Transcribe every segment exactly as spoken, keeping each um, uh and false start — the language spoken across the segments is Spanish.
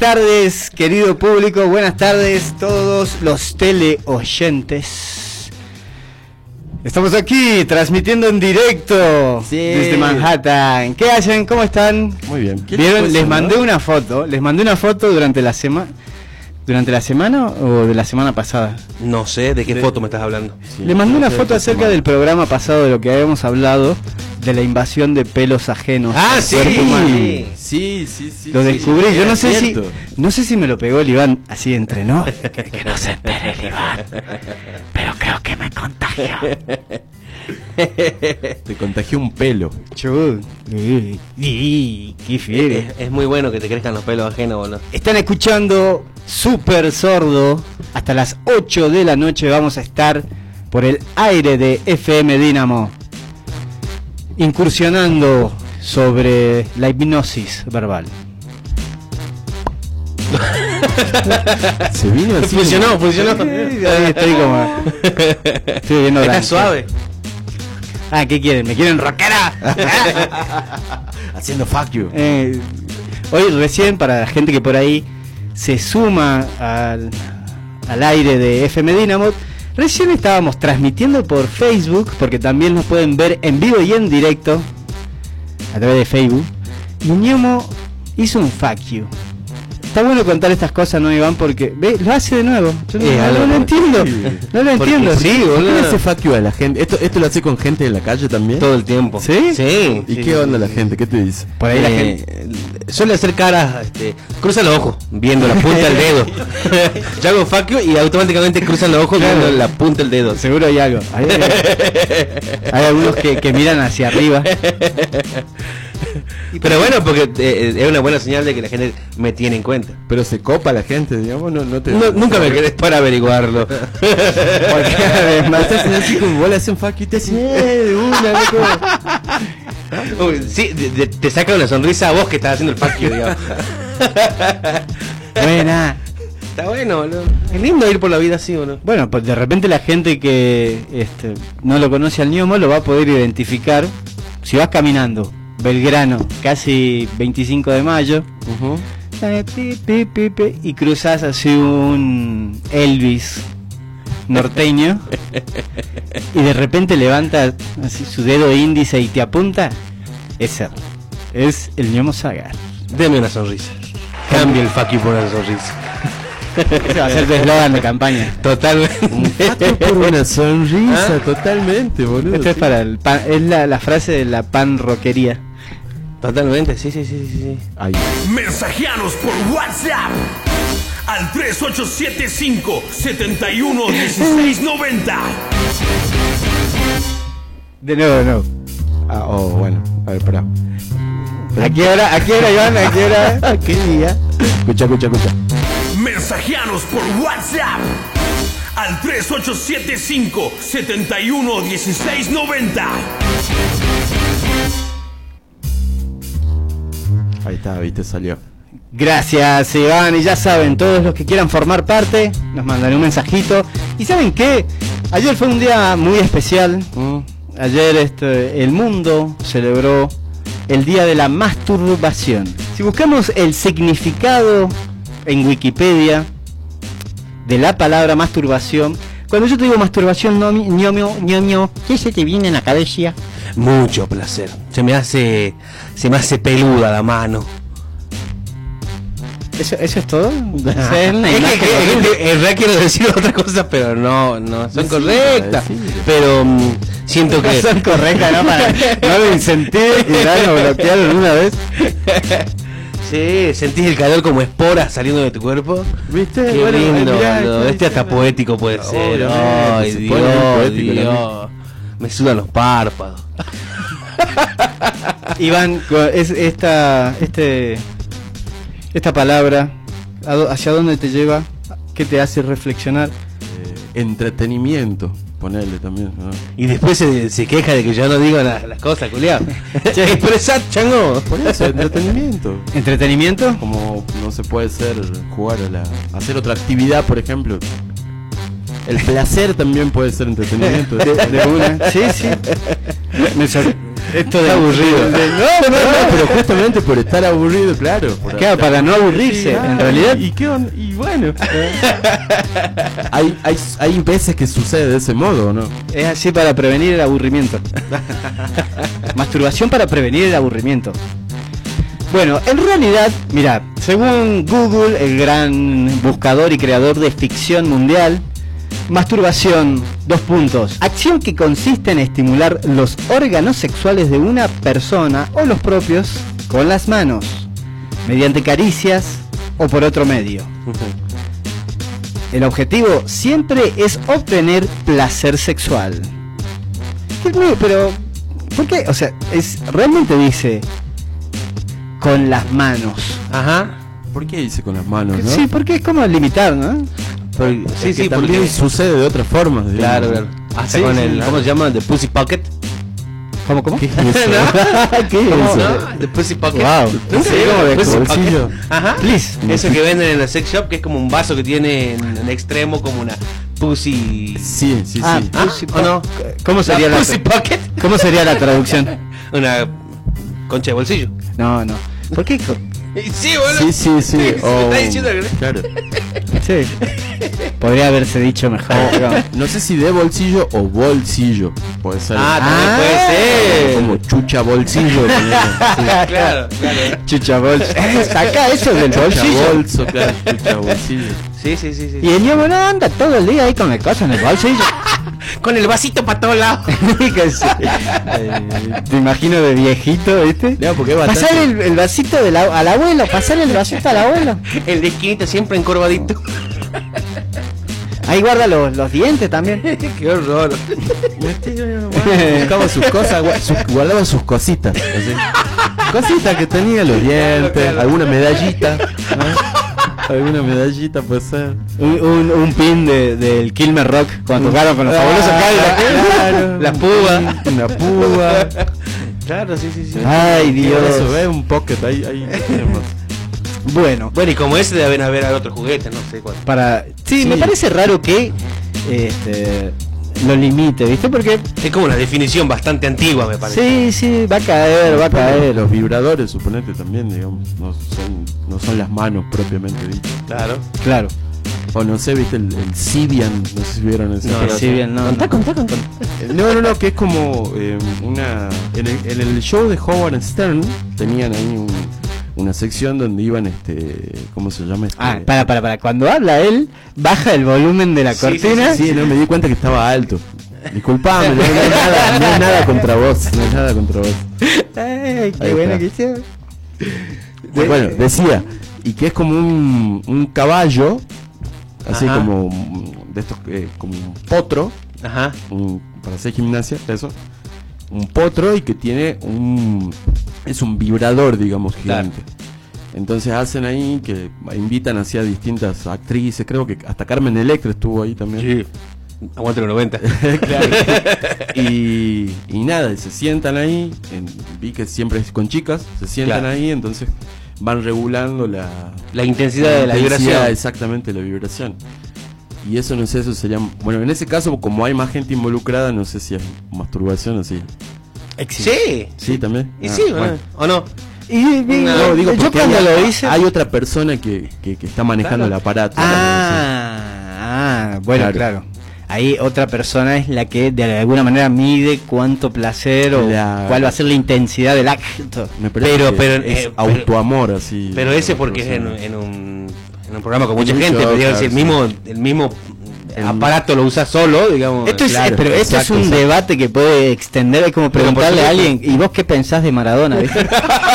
tardes, querido público, buenas tardes todos los teleoyentes. Estamos aquí transmitiendo en directo sí. desde Manhattan. ¿Qué hacen? ¿Cómo están? Muy bien. ¿Vieron? Les mandé una foto, les mandé una foto durante la semana. ¿Durante la semana o de la semana pasada? No sé, ¿de qué de... foto me estás hablando? Sí, Le mandé una foto acerca semana. del programa pasado, de lo que habíamos hablado, de la invasión de pelos ajenos. Ah, sí. sí, sí, sí. Lo sí, descubrí, sí, yo no sé cierto. si no sé si me lo pegó el Iván así entre nos, que, que no se entere el Iván, pero creo que me contagió. Te contagió un pelo. Chu, qué fiel. Es, es muy bueno que te crezcan los pelos ajenos, boludo. Están escuchando Super Sordo. Hasta las ocho de la noche vamos a estar por el aire de F M Dynamo, incursionando sobre la hipnosis verbal. Se vino así. Funcionó, funcionó. Ahí estoy como. Estoy viendo Está suave. Ah, ¿qué quieren? ¿Me quieren rockera? Haciendo fuck you. Eh, hoy recién, para la gente que por ahí se suma al, al aire de F M Dynamo, recién estábamos transmitiendo por Facebook, porque también nos pueden ver en vivo y en directo a través de Facebook. Y Ñomo hizo un fuck you. Está bueno contar estas cosas, ¿no, Iván? Porque ve, lo hace de nuevo. Yo no, eh, no, no lo entiendo. Sí. No lo entiendo. Sí, ¿por qué le hace fuck you a la gente? ¿Esto, ¿Esto lo hace con gente de la calle también? Todo el tiempo. ¿Sí? Sí. ¿Y sí, qué sí, onda sí, la gente? ¿Qué te dice? Por ahí eh, la gente suele hacer caras, este, cruza los ojos, viendo la punta del dedo. Yo hago fuck you y automáticamente cruzan los ojos, claro, viendo la punta del dedo. Seguro hay algo. Hay, hay algunos que, que miran hacia arriba. Pero bueno, porque eh, es una buena señal de que la gente me tiene en cuenta. Pero se copa la gente, digamos, no, no te... No, nunca me querés para averiguarlo. Porque además estás así como vos le haces un fuck y te haces eh, de una, Uy, sí, de, de, te saca una sonrisa a vos que estás haciendo el fuck you, digamos. Buena. Está bueno, boludo. Es lindo ir por la vida así, boludo. Bueno, pues de repente la gente que este, no lo conoce al Ñomo lo va a poder identificar si vas caminando. Belgrano, casi veinticinco de mayo, uh-huh. y cruzas así un Elvis norteño y de repente levanta así su dedo índice y te apunta. Ese es el Ñomo Zagar. Deme una sonrisa. Cambia el fuck you por una sonrisa. Ese va a ser tu eslogan de campaña. Totalmente. Un fuck por una sonrisa, ¿ah? Totalmente, boludo. Esto sí. es para el pan, es la, la frase de la pan roquería. Totalmente, sí, sí, sí, sí. Ay. Mensajeanos por WhatsApp al tres ocho siete cinco, siete uno, uno seis nueve cero. De nuevo, de nuevo. Ah, oh, bueno. A ver, pará. ¿A qué hora? ¿A qué hora, Iván? ¿A qué hora? ¿A qué día? Escucha, escucha, escucha. Mensajeanos por WhatsApp al tres ocho siete cinco, siete uno, uno seis nueve cero. Ahí está, viste, salió. Gracias, Iván. Y ya saben, todos los que quieran formar parte, nos mandan un mensajito. ¿Y saben qué? Ayer fue un día muy especial. Mm. Ayer este, el mundo celebró el Día de la Masturbación. Si buscamos el significado en Wikipedia de la palabra masturbación, cuando yo te digo masturbación, no, ñoño, ñoño, ¿qué se te viene en la cabeza? Mucho placer. Se me hace, se me hace peluda la mano. ¿Eso, eso es todo? Es que en realidad quiero decir otra cosa, pero no, no son correctas. Pero um, siento que no son correctas, ¿no? Para no lo incentives y ya lo bloquearon una vez. Sí, sentís el calor como esporas saliendo de tu cuerpo. ¿Viste? Qué bueno, lindo, mirá, mirá, este hasta poético puede oh, ser. no, Ay, se Dios, poético, Dios. Me sudan los párpados. Iván, es esta, este, esta palabra, ¿hacia dónde te lleva? ¿Qué te hace reflexionar? Eh, entretenimiento, ponerle también, ¿no? Y después se, se queja de que yo no digo la, las cosas, culiado. Expresad, chango. Por eso, entretenimiento. ¿Entretenimiento? Como no se puede ser jugar a la, hacer otra actividad, por ejemplo. El placer también puede ser entretenimiento. De, de una. Sí, sí. Me, sor- Esto de aburrido. No, no, no, pero justamente por estar aburrido, claro. Por Claro, para no aburrirse, Sí, en ah, realidad. Y, qué on- y bueno. hay, hay, hay veces que sucede de ese modo, ¿no? Es así para prevenir el aburrimiento. Masturbación para prevenir el aburrimiento. Bueno, en realidad, mira, según Google, el gran buscador y creador de ficción mundial, masturbación, dos puntos, acción que consiste en estimular los órganos sexuales de una persona o los propios con las manos, mediante caricias o por otro medio. El objetivo siempre es obtener placer sexual. ¿Qué es muy- Pero, ¿por qué? O sea, es realmente dice con las manos. Ajá. ¿Por qué dice con las manos, no? Sí, porque es como limitar, ¿no? Porque- Sí, sí, sí, también porque- sucede de otras formas. digamos. Claro, claro. Hasta Sí, con sí, el, claro. ¿cómo se llama? The Pussy Pocket. ¿Cómo, cómo? ¿Qué es eso? ¿Qué es ¿Cómo? eso? ¿No? The Pussy Pocket. Wow. ¿Nunca Sí, vieron como de el Pussy bolsillo. Pocket? Ajá. Please. Eso que venden en la sex shop, que es como un vaso que tiene en el extremo como una pussy. Sí, sí, Ah, sí. ¿Ah? Pussy ¿O no? ¿Cómo sería ¿La la, Pussy Pocket? ¿Cómo sería la traducción? Una concha de bolsillo. No, no. ¿Por qué? co- Sí, bueno. Sí, sí, sí. Me o- está diciendo que- Claro. Sí. Podría haberse dicho mejor. pero- No sé si de bolsillo o bolsillo. Puede ser. Ah, también Ah, puede ser. Como chucha bolsillo. ponele. Claro, claro. Chucha bolsa. Eh, Saca eso del Chucha bolsillo. bolso, claro. Chucha bolsillo. Sí, sí, sí, sí. Y el ñomo no anda todo el día ahí con el coso en el bolsillo. Con el vasito para todos lados. Que sí. Eh, Te imagino de viejito, ¿viste? No, porque es bastante- Pasar el, el vasito del au- al abuelo, pasar el vasito al abuelo. El de esquinita siempre encorvadito. Ahí guarda los, los dientes también. Qué horror. Buscaba sus cosas, gua- sus- guardaba sus cositas. así. Cositas que tenía, los dientes, claro. alguna medallita. ¿no? Alguna medallita puede ser. Un, un, un pin de, del Kilmer Rock cuando tocaron con los fabulosos Ah, Cadillacs. claro. La púa. Una púa. Claro, sí, sí, sí. Ay, Dios. Por eso, ve un pocket ahí. ahí tenemos. Bueno, Bueno, y como ese deben haber otros juguetes, no sé cuál. para. Sí, Sí. me parece raro que este, lo limite, ¿viste? Porque. Es como una definición bastante antigua, me parece. Sí, sí, va a caer, va a caer. Los vibradores, suponete también, digamos, no son, no son las manos propiamente dicho. Claro. Claro. O no sé, viste el, el Sibian, no sé si vieron ese. No, aparato. Sí, bien, no. Contá, no. contá, contá. No, no, no, que es como eh, una... En el, en el show de Howard Stern tenían ahí un- una sección donde iban, este... ¿Cómo se llama? Este? Ah, para, para, para. Cuando habla él, baja el volumen de la Sí, cortina. Sí, no, me di cuenta que estaba alto. Disculpame, no, no es nada, no es nada contra vos, no es nada contra vos. Ay, qué Ahí bueno está. que hicieron. Bueno, decía, y que es como un, un caballo, así Ajá. como un- de estos, eh, como un potro, Ajá. un- para hacer gimnasia, eso, un potro y que tiene un, es un vibrador, digamos, gigante. Entonces hacen ahí que invitan hacia distintas actrices, creo que hasta Carmen Electra estuvo ahí también. Sí. Aguante los noventa. Claro. y, y nada, y se sientan ahí, en- vi que siempre es con chicas, se sientan Claro. ahí, entonces van regulando la, La intensidad de la intensidad, vibración. exactamente, la vibración. Y eso no sé, eso sería, bueno, en ese caso como hay más gente involucrada, no sé si es masturbación o sí. Sí. Sí, también. Y Ah, sí, ¿o bueno. ¿o no? Y, y- No, No, digo yo porque cuando hay, lo hice. hay otra persona que, que, que está manejando Claro. el aparato. Ah, ah, bueno, Claro. claro. Ahí otra persona es la que de alguna manera mide cuánto placer o La- cuál va a ser la intensidad del acto. Me parece Pero- que pero, es eh, pero- autoamor así. Pero ese porque es en, persona. en un, en un programa con mucha En un gente, show, pero digamos, claro, el sí. mismo, el mismo El- aparato lo usa solo, digamos. Esto es, Claro, eh, pero esto exacto, es un exacto. debate que puede extender, es como Pero por preguntarle a supuesto. alguien, ¿y vos qué pensás de Maradona? ¿Viste?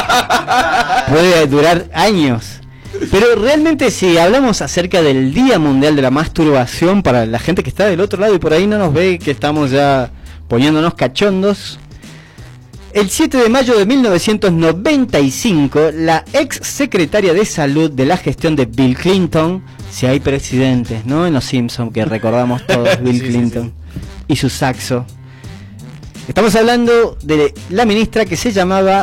Puede durar años. Pero realmente si hablamos acerca del Día Mundial de la Masturbación, para la gente que está del otro lado y por ahí no nos ve, que estamos ya poniéndonos cachondos, el siete de mayo de mil novecientos noventa y cinco, la ex secretaria de salud de la gestión de Bill Clinton, si hay presidentes, ¿no? En los Simpsons, que recordamos todos, Bill Sí, sí, Clinton y su saxo. Estamos hablando de la ministra que se llamaba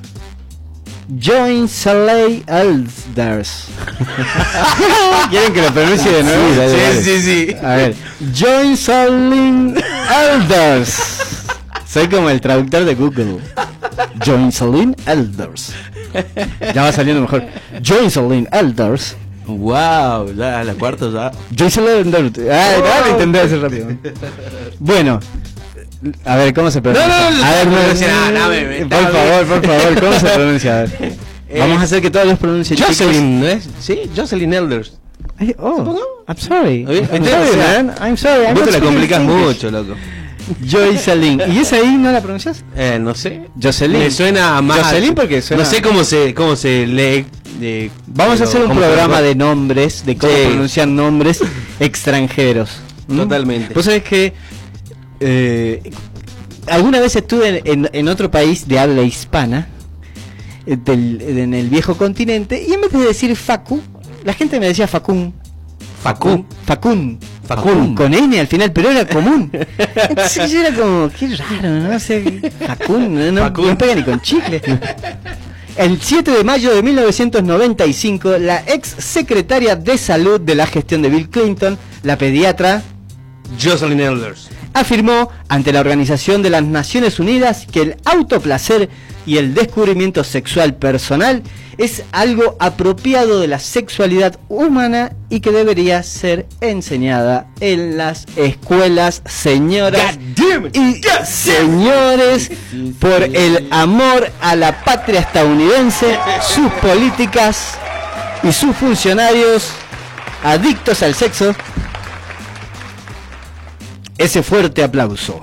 Joy Saley Alders. ¿Quieren que lo pronuncie de nuevo? Sí, dale, dale. sí, sí. A ver, Joy Saley Alders. Soy como el traductor de Google. Jocelyn Elders. Ya va saliendo mejor. Jocelyn Elders. Wow, ya la cuarta ya. Jocelyn Elders. Ay, no, lo intenté hacer rápido. Bueno. A ver, ¿cómo se pronuncia? No, no, no, a ver, no, no, no, no, no, no, me- me- por favor, por favor, ¿cómo se pronuncia? A ver. Vamos a hacer que todos los pronuncien. Jocelyn, ¿no es? Sí, Jocelyn Elders. Ay, oh, I'm sorry. Oye, I'm entonces, sorry, o sea, man. I'm sorry. I'm Vos not te la speaking complicas English. mucho, loco. Jocelyn. ¿Y esa ahí no la pronuncias? Eh, no sé. Jocelyn. Me suena más. Jocelyn porque suena- No sé cómo se, cómo se lee. eh, Vamos a pero hacer un cómo programa se- de nombres, de cómo Sí. pronunciar nombres extranjeros. ¿Mm? Totalmente. Vos sabés que eh, alguna vez estuve en, en- en otro país de habla hispana, eh, del- en el viejo continente, y en vez de decir Facu, la gente me decía Facún. Facún. Facún. Facún. Con N al final, pero era común. Entonces yo era como, qué raro, ¿no? O sea, Facún, no, no, Facún. no pega ni con chicle. El siete de mayo de mil novecientos noventa y cinco, la ex secretaria de salud de la gestión de Bill Clinton, la pediatra, Jocelyn Elders. afirmó ante la Organización de las Naciones Unidas que el autoplacer y el descubrimiento sexual personal es algo apropiado de la sexualidad humana y que debería ser enseñada en las escuelas, señoras y señores, por el amor a la patria estadounidense, sus políticas y sus funcionarios adictos al sexo. Ese fuerte aplauso.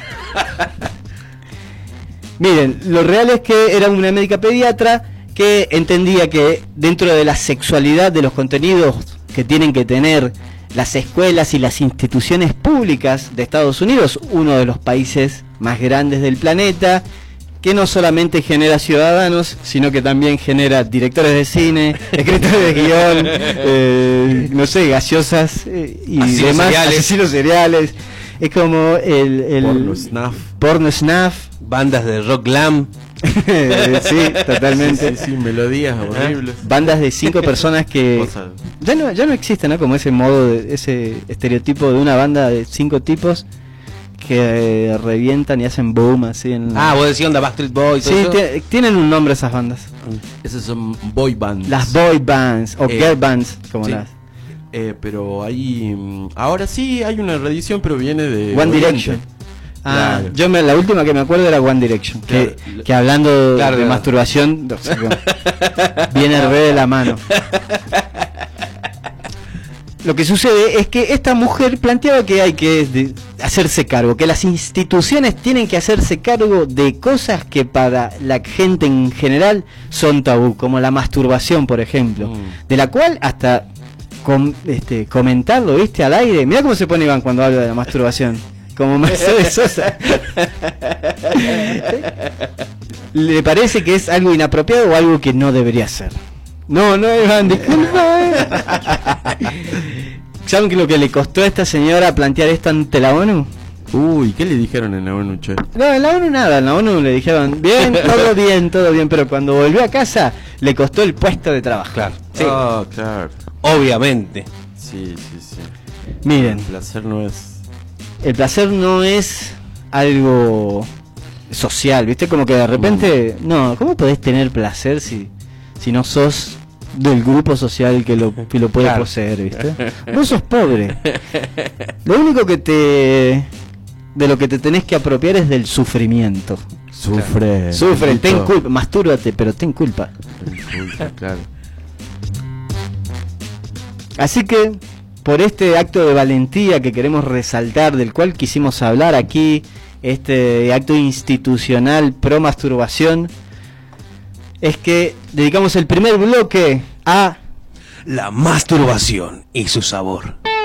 Miren, lo real es que era una médica pediatra que entendía que dentro de la sexualidad, de los contenidos que tienen que tener las escuelas y las instituciones públicas de Estados Unidos, uno de los países más grandes del planeta, que no solamente genera ciudadanos, sino que también genera directores de cine, escritores de guión, eh, no sé, gaseosas eh, y Asesinos demás, seriales. asesinos seriales. Es como el, el Porno snuff. porno snuff. Bandas de rock glam. Sí, totalmente. Sí, sí, melodías horribles. Bandas de cinco personas que Cosas. ya no ya no existe, ¿no? Como ese modo, de, ese estereotipo de una banda de cinco tipos que eh, revientan y hacen boom así en Ah, vos decías onda Backstreet Boys. sí, todo eso. tie- tienen un nombre esas bandas. Esas son boy bands. Las boy bands o Eh, girl bands, como sí. las Eh, pero ahí mm, ahora sí hay una reedición, pero viene de One Oriente. Direction. Ah, Claro. yo me, la última que me acuerdo era One Direction, que, Claro. que hablando Claro, de claro. masturbación o sea, como, viene re de la mano. Lo que sucede es que esta mujer planteaba que hay que de- hacerse cargo, que las instituciones tienen que hacerse cargo de cosas que para la gente en general son tabú, como la masturbación, por ejemplo, Mm. de la cual hasta com- este, comentarlo, ¿viste? Al aire. Mirá cómo se pone Iván cuando habla de la masturbación. Como Mercedes Sosa. ¿Le parece que es algo inapropiado o algo que no debería ser? No, no, Iván, disculpa. ¿Saben que lo que le costó a esta señora plantear esto ante la ONU? Uy, ¿qué le dijeron en la ONU, che? No, en la ONU nada, en la ONU le dijeron, bien, todo bien, todo bien, pero cuando volvió a casa le costó el puesto de trabajo. Claro. Sí. Ah, claro. Obviamente. Sí, sí, sí. Miren, El placer no es. el placer no es algo social, ¿viste? Como que de repente, no, ¿cómo podés tener placer si, si no sos del grupo social que lo, que lo puede Claro. poseer, ¿viste? Vos sos pobre. Lo único que te... de lo que te tenés que apropiar es del sufrimiento. Sufre. Sufre, ten Bendito. culpa, mastúrbate, pero ten culpa. Ten culpa, claro. Así que, por este acto de valentía que queremos resaltar, del cual quisimos hablar aquí, este acto institucional pro masturbación, es que dedicamos el primer bloque a La masturbación y su sabor.